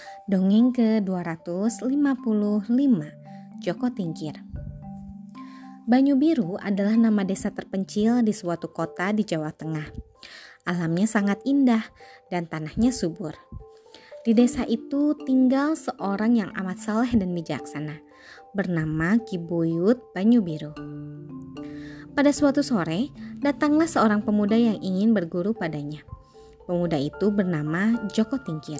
Dongeng ke-255, Joko Tingkir. Banyu Biru adalah nama desa terpencil di suatu kota di Jawa Tengah. Alamnya sangat indah dan tanahnya subur. Di desa itu tinggal seorang yang amat saleh dan bijaksana, bernama Ki Buyut Banyu Biru. Pada suatu sore, datanglah seorang pemuda yang ingin berguru padanya. Pemuda itu bernama Joko Tingkir.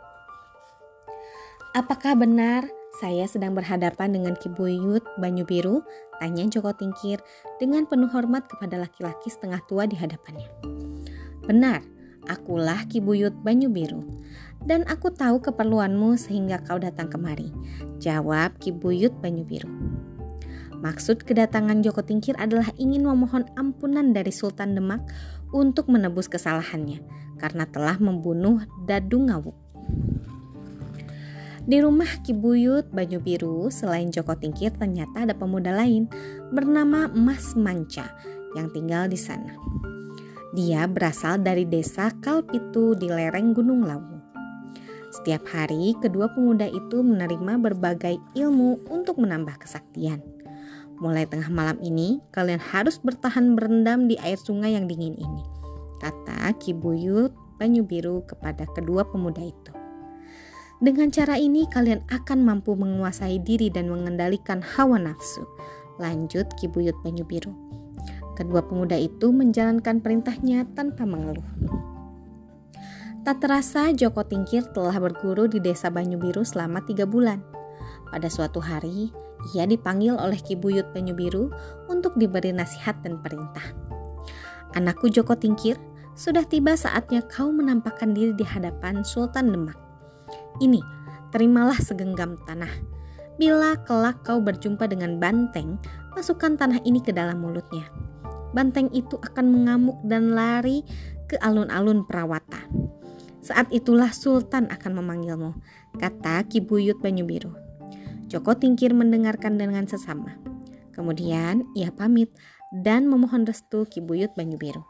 "Apakah benar saya sedang berhadapan dengan Ki Buyut Banyu Biru?" tanya Joko Tingkir dengan penuh hormat kepada laki-laki setengah tua di hadapannya. "Benar, akulah Ki Buyut Banyu Biru, dan aku tahu keperluanmu sehingga kau datang kemari," jawab Ki Buyut Banyu Biru. Maksud kedatangan Joko Tingkir adalah ingin memohon ampunan dari Sultan Demak untuk menebus kesalahannya karena telah membunuh Dadu Ngawuk. Di rumah Ki Buyut Banyu Biru, selain Joko Tingkir ternyata ada pemuda lain bernama Mas Manca yang tinggal di sana. Dia berasal dari desa Kalpitu di lereng Gunung Lawu. Setiap hari kedua pemuda itu menerima berbagai ilmu untuk menambah kesaktian. "Mulai tengah malam ini kalian harus bertahan berendam di air sungai yang dingin ini," kata Ki Buyut Banyu Biru kepada kedua pemuda itu. "Dengan cara ini kalian akan mampu menguasai diri dan mengendalikan hawa nafsu," lanjut Ki Buyut Banyu Biru. Kedua pemuda itu menjalankan perintahnya tanpa mengeluh. Tak terasa Joko Tingkir telah berguru di desa Banyu Biru selama 3 bulan. Pada suatu hari, ia dipanggil oleh Ki Buyut Banyu Biru untuk diberi nasihat dan perintah. "Anakku Joko Tingkir, sudah tiba saatnya kau menampakkan diri di hadapan Sultan Demak. Ini, terimalah segenggam tanah. Bila kelak kau berjumpa dengan banteng, masukkan tanah ini ke dalam mulutnya. Banteng itu akan mengamuk dan lari ke alun-alun Perawata. Saat itulah Sultan akan memanggilmu," kata Ki Buyut Banyu Biru. Joko Tingkir mendengarkan dengan sesama. Kemudian ia pamit dan memohon restu Ki Buyut Banyu Biru.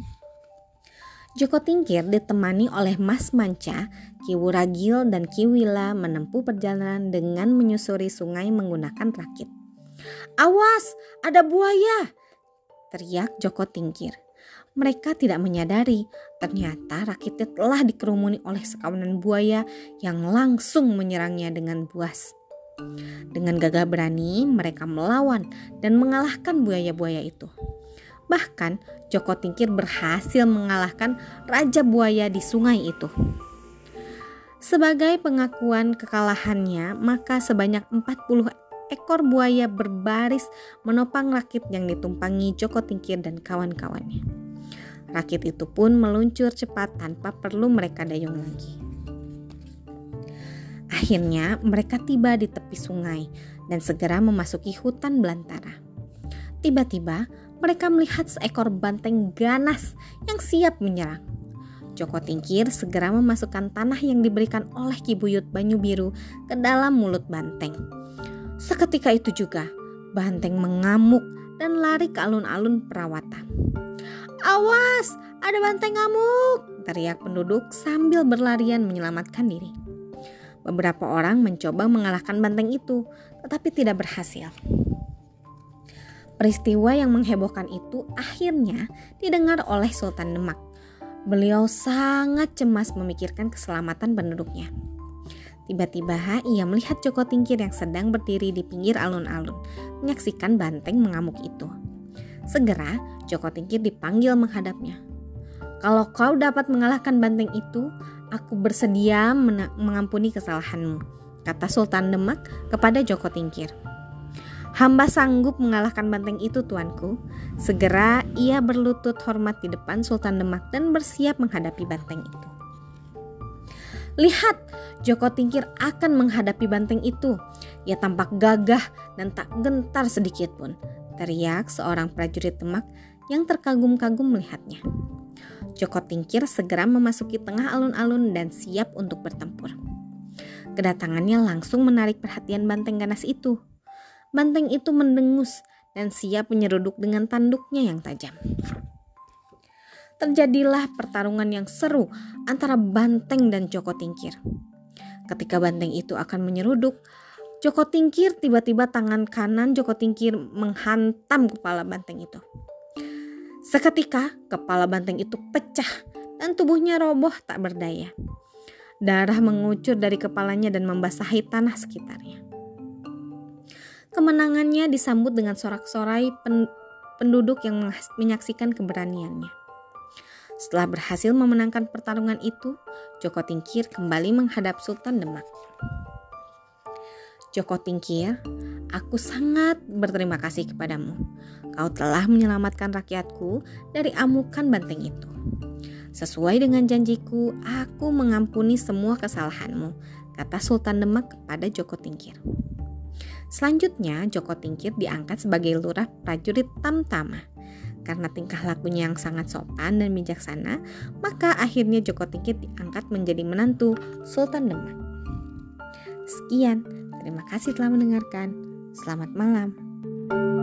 Joko Tingkir ditemani oleh Mas Manca, Ki Wuragil, dan Ki Wila menempuh perjalanan dengan menyusuri sungai menggunakan rakit. "Awas, ada buaya!" teriak Joko Tingkir. Mereka tidak menyadari ternyata rakitnya telah dikerumuni oleh sekawanan buaya yang langsung menyerangnya dengan buas. Dengan gagah berani mereka melawan dan mengalahkan buaya-buaya itu. Bahkan Joko Tingkir berhasil mengalahkan Raja Buaya di sungai itu. Sebagai pengakuan kekalahannya, maka sebanyak 40 ekor buaya berbaris menopang rakit yang ditumpangi Joko Tingkir dan kawan-kawannya. Rakit itu pun meluncur cepat tanpa perlu mereka dayung lagi. Akhirnya mereka tiba di tepi sungai dan segera memasuki hutan belantara. Tiba-tiba mereka melihat seekor banteng ganas yang siap menyerang. Joko Tingkir segera memasukkan tanah yang diberikan oleh Ki Buyut Banyu Biru ke dalam mulut banteng. Seketika itu juga banteng mengamuk dan lari ke alun-alun Perawata. "Awas, ada banteng ngamuk!" teriak penduduk sambil berlarian menyelamatkan diri. Beberapa orang mencoba mengalahkan banteng itu, tetapi tidak berhasil. Peristiwa yang menghebohkan itu akhirnya didengar oleh Sultan Demak. Beliau sangat cemas memikirkan keselamatan penduduknya. Tiba-tiba ia melihat Joko Tingkir yang sedang berdiri di pinggir alun-alun, menyaksikan banteng mengamuk itu. Segera Joko Tingkir dipanggil menghadapnya. "Kalau kau dapat mengalahkan banteng itu, aku bersedia mengampuni kesalahanmu," kata Sultan Demak kepada Joko Tingkir. "Hamba sanggup mengalahkan banteng itu, tuanku." Segera ia berlutut hormat di depan Sultan Demak dan bersiap menghadapi banteng itu. "Lihat, Joko Tingkir akan menghadapi banteng itu. Ia tampak gagah dan tak gentar sedikit pun," teriak seorang prajurit Demak yang terkagum-kagum melihatnya. Joko Tingkir segera memasuki tengah alun-alun dan siap untuk bertempur. Kedatangannya langsung menarik perhatian banteng ganas itu. Banteng itu mendengus dan siap menyeruduk dengan tanduknya yang tajam. Terjadilah pertarungan yang seru antara banteng dan Joko Tingkir. Ketika banteng itu akan menyeruduk, Joko Tingkir tiba-tiba tangan kanan Joko Tingkir menghantam kepala banteng itu. Seketika kepala banteng itu pecah dan tubuhnya roboh tak berdaya. Darah mengucur dari kepalanya dan membasahi tanah sekitarnya. Kemenangannya disambut dengan sorak-sorai penduduk yang menyaksikan keberaniannya. Setelah berhasil memenangkan pertarungan itu, Joko Tingkir kembali menghadap Sultan Demak. Joko Tingkir, aku sangat berterima kasih kepadamu. Kau telah menyelamatkan rakyatku dari amukan banteng itu. Sesuai dengan janjiku, aku mengampuni semua kesalahanmu, kata Sultan Demak kepada Joko Tingkir. Selanjutnya, Joko Tingkir diangkat sebagai lurah prajurit Tamtama. Karena tingkah lakunya yang sangat sopan dan bijaksana, maka akhirnya Joko Tingkir diangkat menjadi menantu Sultan Demak. Sekian, terima kasih telah mendengarkan. Selamat malam.